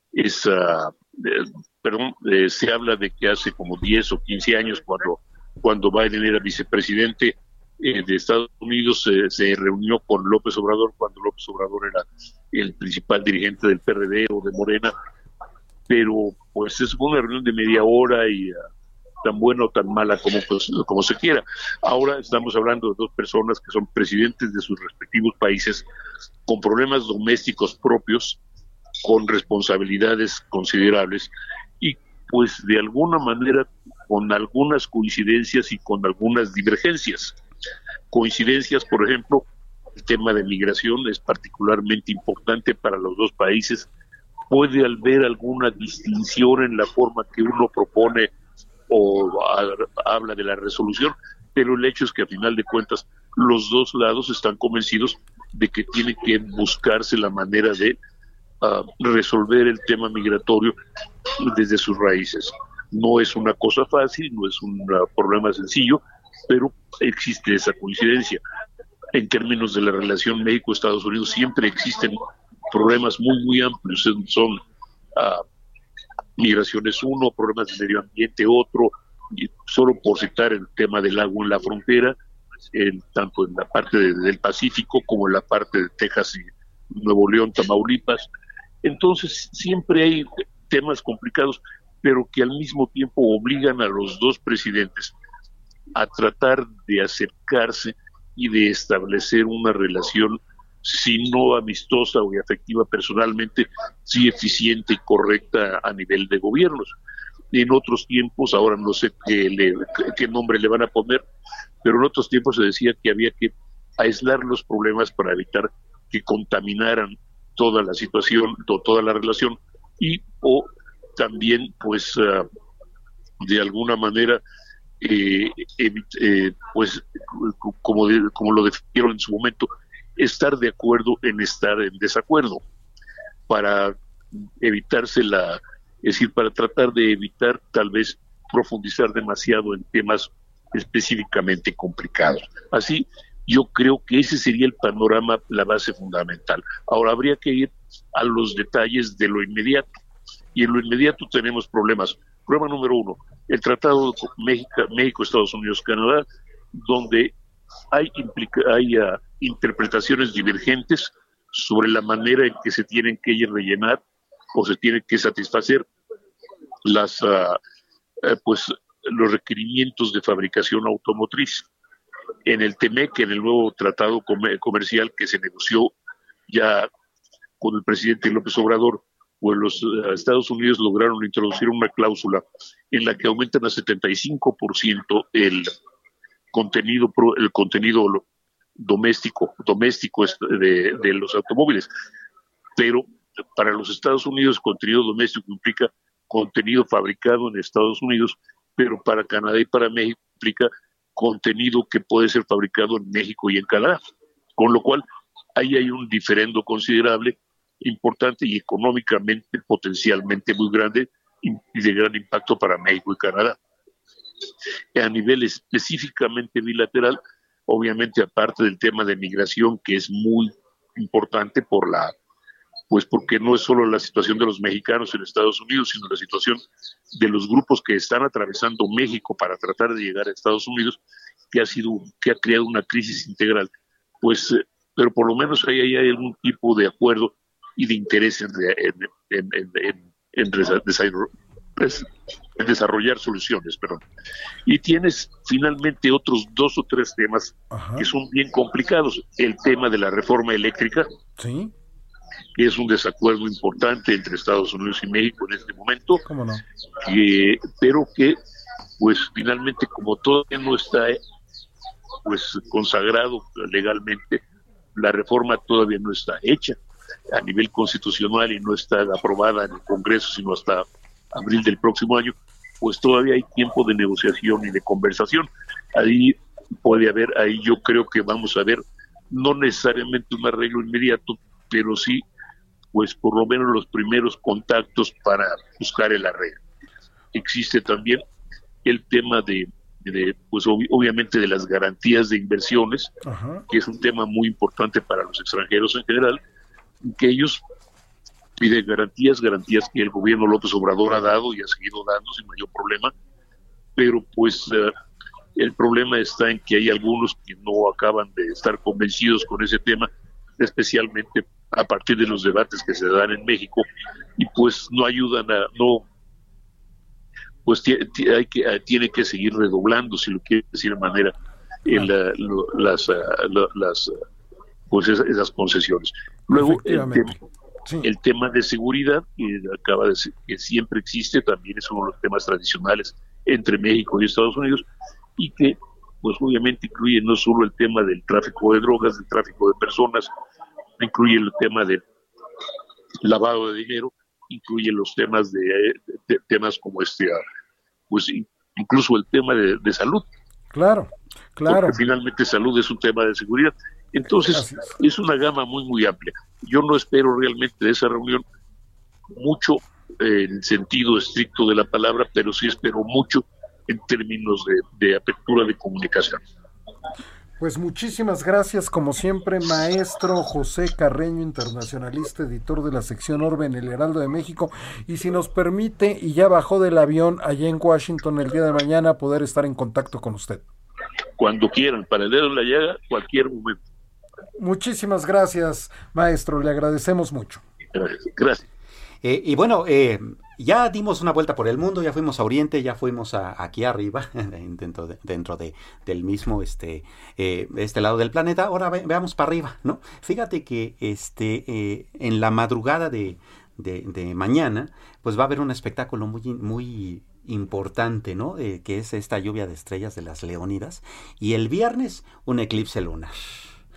Se habla de que hace como 10 o 15 años, cuando Biden era vicepresidente de Estados Unidos, se reunió con López Obrador, cuando López Obrador era el principal dirigente del PRD o de Morena, pero pues es una reunión de media hora y tan buena o tan mala como se quiera. Ahora estamos hablando de 2 personas que son presidentes de sus respectivos países, con problemas domésticos propios, con responsabilidades considerables y pues de alguna manera con algunas coincidencias y con algunas divergencias. Coincidencias, por ejemplo, el tema de migración es particularmente importante para los 2 países. Puede haber alguna distinción en la forma que uno propone o habla de la resolución, pero el hecho es que a final de cuentas los 2 lados están convencidos de que tiene que buscarse la manera de resolver el tema migratorio desde sus raíces. No es una cosa fácil, no es un problema sencillo, pero existe esa coincidencia. En términos de la relación México-Estados Unidos siempre existen problemas muy, muy amplios. Son migraciones uno, problemas de medio ambiente otro, y solo por citar el tema del agua en la frontera, tanto en la parte del Pacífico como en la parte de Texas y Nuevo León, Tamaulipas. Entonces siempre hay temas complicados, pero que al mismo tiempo obligan a los 2 presidentes a tratar de acercarse y de establecer una relación, si no amistosa o afectiva personalmente, sí eficiente y correcta a nivel de gobiernos. En otros tiempos, ahora no sé qué nombre le van a poner, pero en otros tiempos se decía que había que aislar los problemas para evitar que contaminaran toda la situación, toda la relación, o también, pues, de alguna manera, pues, como lo definieron en su momento, estar de acuerdo en estar en desacuerdo, para evitarse es decir, para tratar de evitar tal vez profundizar demasiado en temas específicamente complicados. Así, yo creo que ese sería el panorama, la base fundamental. Ahora habría que ir a los detalles de lo inmediato, y en lo inmediato tenemos problemas. Problema número 1, el Tratado México, Estados Unidos, Canadá, donde hay interpretaciones divergentes sobre la manera en que se tienen que rellenar o se tienen que satisfacer pues los requerimientos de fabricación automotriz. En el TEMEC, en el nuevo tratado comercial que se negoció ya con el presidente López Obrador, pues los Estados Unidos lograron introducir una cláusula en la que aumentan a 75% el contenido doméstico de los automóviles. Pero para los Estados Unidos, contenido doméstico implica contenido fabricado en Estados Unidos, pero para Canadá y para México implica contenido que puede ser fabricado en México y en Canadá. Con lo cual, ahí hay un diferendo considerable, importante y económicamente, potencialmente muy grande y de gran impacto para México y Canadá. A nivel específicamente bilateral, obviamente, aparte del tema de migración, que es muy importante porque no es solo la situación de los mexicanos en Estados Unidos, sino la situación de los grupos que están atravesando México para tratar de llegar a Estados Unidos, que ha creado una crisis integral. Pues, pero por lo menos ahí hay algún tipo de acuerdo y de interés en desarrollar soluciones, perdón. Y tienes finalmente otros 2 o 3 temas que son bien complicados. El tema de la reforma eléctrica, ¿sí?, que es un desacuerdo importante entre Estados Unidos y México en este momento. ¿Cómo no? Pero que, pues finalmente, como todavía no está pues consagrado legalmente, la reforma todavía no está hecha a nivel constitucional y no está aprobada en el Congreso sino hasta abril del próximo año, pues todavía hay tiempo de negociación y de conversación. Ahí yo creo que vamos a ver, no necesariamente un arreglo inmediato, pero sí, pues por lo menos los primeros contactos para buscar el arreglo. Existe también el tema pues obviamente de las garantías de inversiones, que es un tema muy importante para los extranjeros en general, que ellos piden garantías que el gobierno López Obrador ha dado y ha seguido dando sin mayor problema, pero pues el problema está en que hay algunos que no acaban de estar convencidos con ese tema, especialmente a partir de los debates que se dan en México, y pues no ayudan pues tiene que seguir redoblando, si lo quiere decir de manera, pues esas concesiones. Luego el tema de seguridad, que acaba de decir que siempre existe, también es uno de los temas tradicionales entre México y Estados Unidos, y que pues obviamente incluye no solo el tema del tráfico de drogas, del tráfico de personas, incluye el tema del lavado de dinero, incluye los temas de temas como pues incluso el tema de salud. Claro. Porque finalmente salud es un tema de seguridad. Entonces es una gama muy muy amplia. Yo no espero realmente de esa reunión mucho en el sentido estricto de la palabra, pero sí espero mucho en términos de apertura de comunicación. Pues muchísimas gracias, como siempre, maestro José Carreño, internacionalista, editor de la sección Orbe en el Heraldo de México, y si nos permite, y ya bajó del avión allá en Washington el día de mañana, poder estar en contacto con usted. Cuando quieran, para el dedo en la llaga, cualquier momento. Muchísimas gracias, maestro, le agradecemos mucho. Gracias. Y bueno, ya dimos una vuelta por el mundo, ya fuimos a Oriente, ya fuimos aquí arriba, dentro del mismo este lado del planeta. Ahora veamos para arriba, ¿no? Fíjate que en la madrugada de mañana, pues va a haber un espectáculo muy, muy importante, ¿no? Que es esta lluvia de estrellas de las Leónidas, y el viernes un eclipse lunar.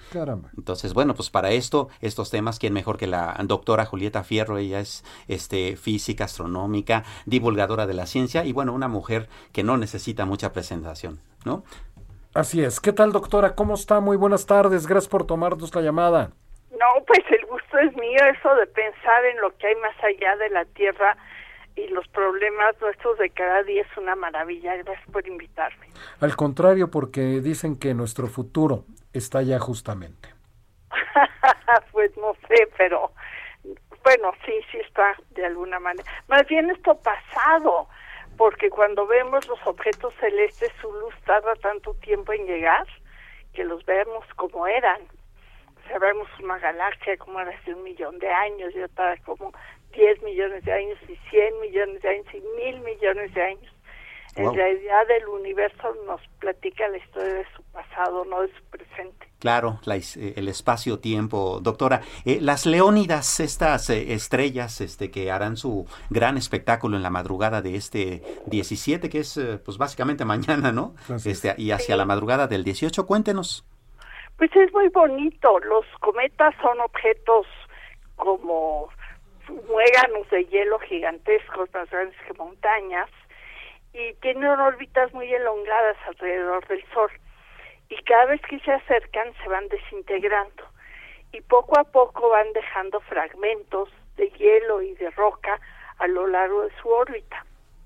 Caramba. Entonces, bueno, pues para estos temas, ¿quién mejor que la doctora Julieta Fierro? Ella es física, astronómica, divulgadora de la ciencia y, bueno, una mujer que no necesita mucha presentación, ¿no? Así es. ¿Qué tal, doctora? ¿Cómo está? Muy buenas tardes. Gracias por tomarnos la llamada. No, pues el gusto es mío, eso de pensar en lo que hay más allá de la Tierra y los problemas nuestros de cada día es una maravilla. Gracias por invitarme. Al contrario, porque dicen que nuestro futuro está ya justamente. Pues no sé, pero bueno, sí está de alguna manera. Más bien esto pasado, porque cuando vemos los objetos celestes, su luz tarda tanto tiempo en llegar que los vemos como eran. O sea, vemos una galaxia como era hace 1 millón de años y otra como 10 millones de años y 100 millones de años y 1,000 millones de años. En realidad el universo nos platica la historia de su pasado, no de su presente. Claro, el espacio-tiempo. Doctora, las Leónidas, estas estrellas que harán su gran espectáculo en la madrugada de este 17, que es pues básicamente mañana, ¿no? Y hacia la madrugada del 18, cuéntenos. Pues es muy bonito. Los cometas son objetos como muéganos de hielo gigantescos, más grandes que montañas, y tienen órbitas muy elongadas alrededor del Sol. Y cada vez que se acercan se van desintegrando. Y poco a poco van dejando fragmentos de hielo y de roca a lo largo de su órbita.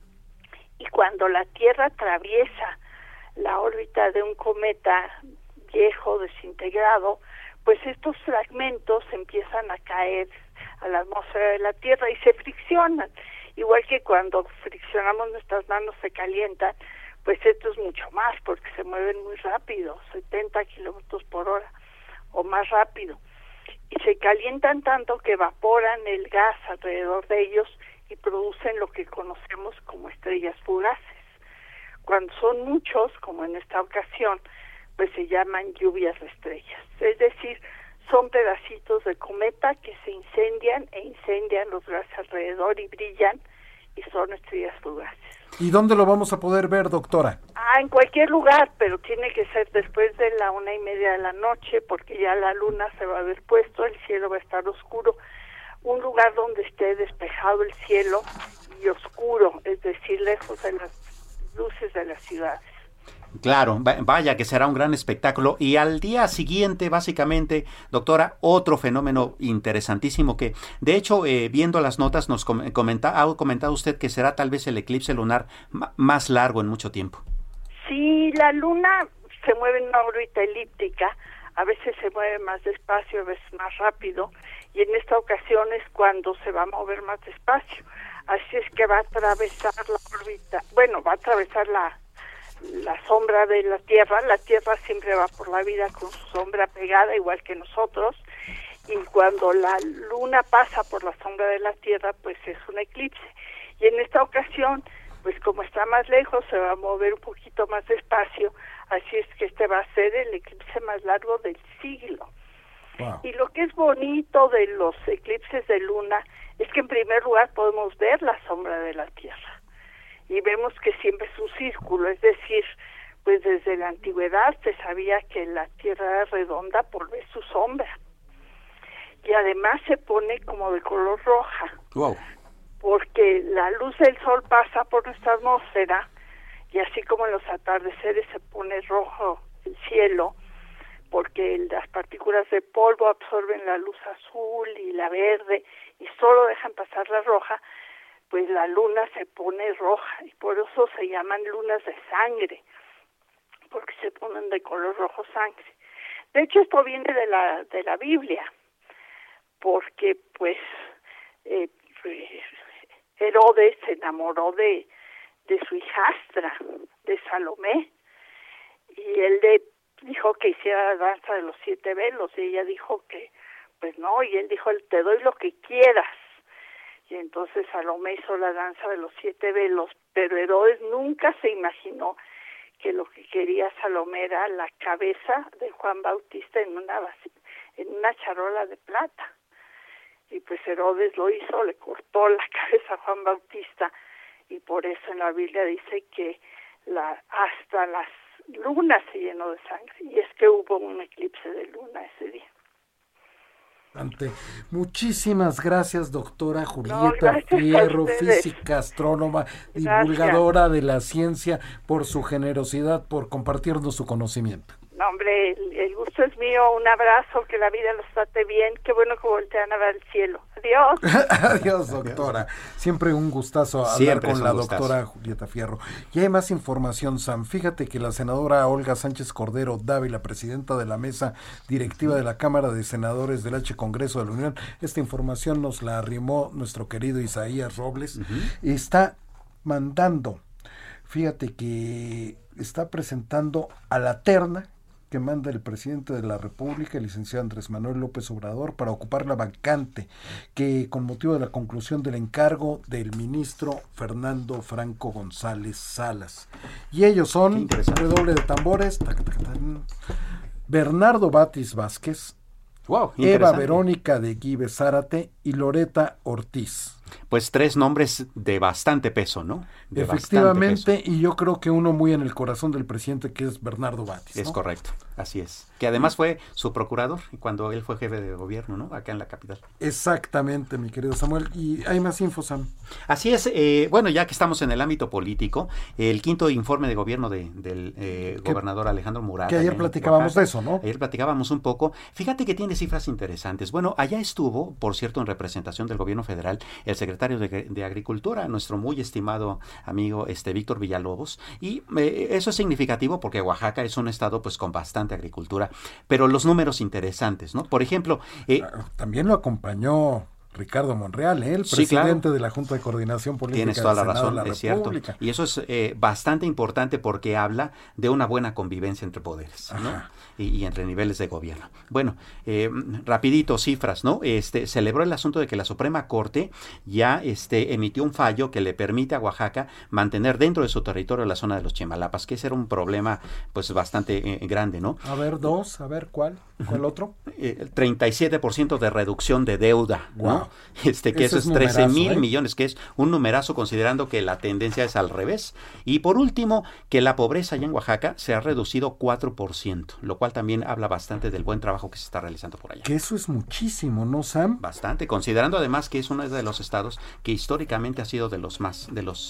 Y cuando la Tierra atraviesa la órbita de un cometa viejo, desintegrado, pues estos fragmentos empiezan a caer a la atmósfera de la Tierra y se friccionan. Igual que cuando friccionamos nuestras manos se calientan, pues esto es mucho más porque se mueven muy rápido, 70 kilómetros por hora o más rápido. Y se calientan tanto que evaporan el gas alrededor de ellos y producen lo que conocemos como estrellas fugaces. Cuando son muchos, como en esta ocasión, pues se llaman lluvias de estrellas. Es decir, son pedacitos de cometa que se incendian e incendian los gases alrededor y brillan y son estrellas fugaces. ¿Y dónde lo vamos a poder ver, doctora? En cualquier lugar, pero tiene que ser después de la 1:30 de la noche porque ya la luna se va a haber puesto, el cielo va a estar oscuro. Un lugar donde esté despejado el cielo y oscuro, es decir, lejos de las luces de las ciudades. Claro, vaya que será un gran espectáculo. Y al día siguiente, básicamente, doctora, otro fenómeno interesantísimo que, de hecho, viendo las notas, ha comentado usted que será tal vez el eclipse lunar más largo en mucho tiempo. Sí, la luna se mueve en una órbita elíptica, a veces se mueve más despacio, a veces más rápido, y en esta ocasión es cuando se va a mover más despacio. Así es que va a atravesar la órbita, va a atravesar la sombra de la Tierra siempre va por la vida con su sombra pegada, igual que nosotros, y cuando la luna pasa por la sombra de la Tierra, pues es un eclipse. Y en esta ocasión, pues como está más lejos, se va a mover un poquito más despacio, así es que este va a ser el eclipse más largo del siglo. Wow. Y lo que es bonito de los eclipses de luna es que en primer lugar podemos ver la sombra de la Tierra. Y vemos que siempre es un círculo, es decir, pues desde la antigüedad se sabía que la Tierra era redonda por ver su sombra. Y además se pone como de color roja. Wow. Porque la luz del sol pasa por nuestra atmósfera y así como en los atardeceres se pone rojo el cielo, porque las partículas de polvo absorben la luz azul y la verde y solo dejan pasar la roja, pues la luna se pone roja y por eso se llaman lunas de sangre, porque se ponen de color rojo sangre. De hecho, esto viene de la Biblia, porque pues Herodes se enamoró de su hijastra, de Salomé, y él le dijo que hiciera la danza de los 7 velos, y ella dijo que pues no, y él dijo, te doy lo que quieras. Y entonces Salomé hizo la danza de los 7 velos, pero Herodes nunca se imaginó que lo que quería Salomé era la cabeza de Juan Bautista en una charola de plata. Y pues Herodes lo hizo, le cortó la cabeza a Juan Bautista, y por eso en la Biblia dice que hasta las luna se llenó de sangre, y es que hubo un eclipse de luna ese día. Muchísimas gracias, doctora Julieta Fierro, física, astrónoma, divulgadora de la ciencia, por su generosidad, por compartirnos su conocimiento. No, hombre, el gusto es mío. Un abrazo, que la vida los trate bien. Qué bueno que voltean a ver el cielo. Adiós. Adiós, doctora. Siempre un gustazo hablar con la doctora Julieta Fierro. Y hay más información, Sam. Fíjate que la senadora Olga Sánchez Cordero Dávila, presidenta de la mesa directiva de la Cámara de Senadores del H. Congreso de la Unión, esta información nos la arrimó nuestro querido Isaías Robles, está mandando, fíjate que está presentando a la terna que manda el presidente de la República, el licenciado Andrés Manuel López Obrador, para ocupar la vacante que con motivo de la conclusión del encargo del ministro Fernando Franco González Salas. Y ellos son, redoble de tambores, Bernardo Batis Vázquez, Eva Verónica de Guibe Zárate y Loreta Ortiz. Pues 3 nombres de bastante peso, ¿no? Efectivamente, y yo creo que uno muy en el corazón del presidente, que es Bernardo Batis, ¿no? Es correcto, así es. Que además fue su procurador cuando él fue jefe de gobierno, ¿no? Acá en la capital. Exactamente, mi querido Samuel. Y hay más info, Sam. Así es. Bueno, ya que estamos en el ámbito político, el 5º informe de gobierno del gobernador Alejandro Murat. Que ayer platicábamos de eso, ¿no? Ayer platicábamos un poco. Fíjate que tiene cifras interesantes. Bueno, allá estuvo, por cierto, en representación del gobierno federal, el secretario de Agricultura, nuestro muy estimado amigo Víctor Villalobos, y eso es significativo porque Oaxaca es un estado pues con bastante agricultura, pero los números interesantes, ¿no? Por ejemplo... también lo acompañó Ricardo Monreal, el presidente de la Junta de Coordinación Política. Tienes toda la razón, es cierto. Y eso es bastante importante porque habla de una buena convivencia entre poderes, ¿no? Y entre niveles de gobierno. Bueno, rapidito, cifras, ¿no? Celebró el asunto de que la Suprema Corte ya emitió un fallo que le permite a Oaxaca mantener dentro de su territorio la zona de los Chimalapas, que ese era un problema pues bastante grande, ¿no? ¿Cuál otro? 37% de reducción de deuda, ¿no? Que eso es 13,000 millones, que es un numerazo considerando que la tendencia es al revés. Y por último, que la pobreza allá en Oaxaca se ha reducido 4%, lo cual también habla bastante del buen trabajo que se está realizando por allá. Que eso es muchísimo, ¿no, Sam? Bastante, considerando además que es uno de los estados que históricamente ha sido de los más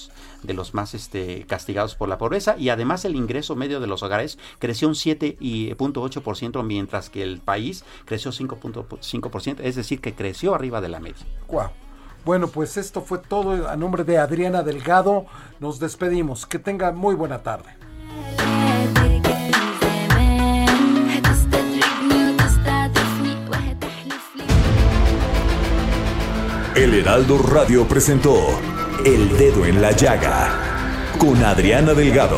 castigados por la pobreza, y además el ingreso medio de los hogares creció un 7.8%, mientras que el país creció 5.5%, es decir, que creció arriba de la media. Wow. Bueno, pues esto fue todo. A nombre de Adriana Delgado, nos despedimos. Que tenga muy buena tarde. El Heraldo Radio presentó El Dedo en la Llaga con Adriana Delgado.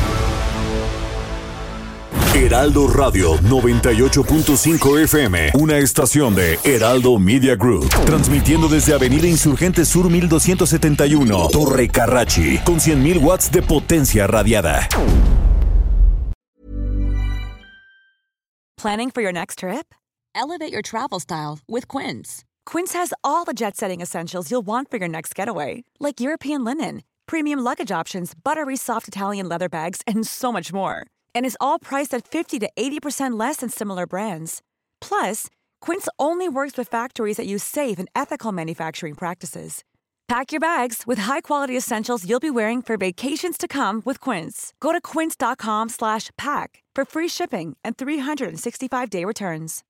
Heraldo Radio 98.5 FM, una estación de Heraldo Media Group, transmitiendo desde Avenida Insurgente Sur 1271, Torre Carrachi, con 100,000 watts de potencia radiada. Planning for your next trip? Elevate your travel style with Quince. Quince has all the jet-setting essentials you'll want for your next getaway, like European linen, premium luggage options, buttery soft Italian leather bags, and so much more. And is all priced at 50 to 80% less than similar brands. Plus, Quince only works with factories that use safe and ethical manufacturing practices. Pack your bags with high-quality essentials you'll be wearing for vacations to come with Quince. Go to quince.com/pack for free shipping and 365-day returns.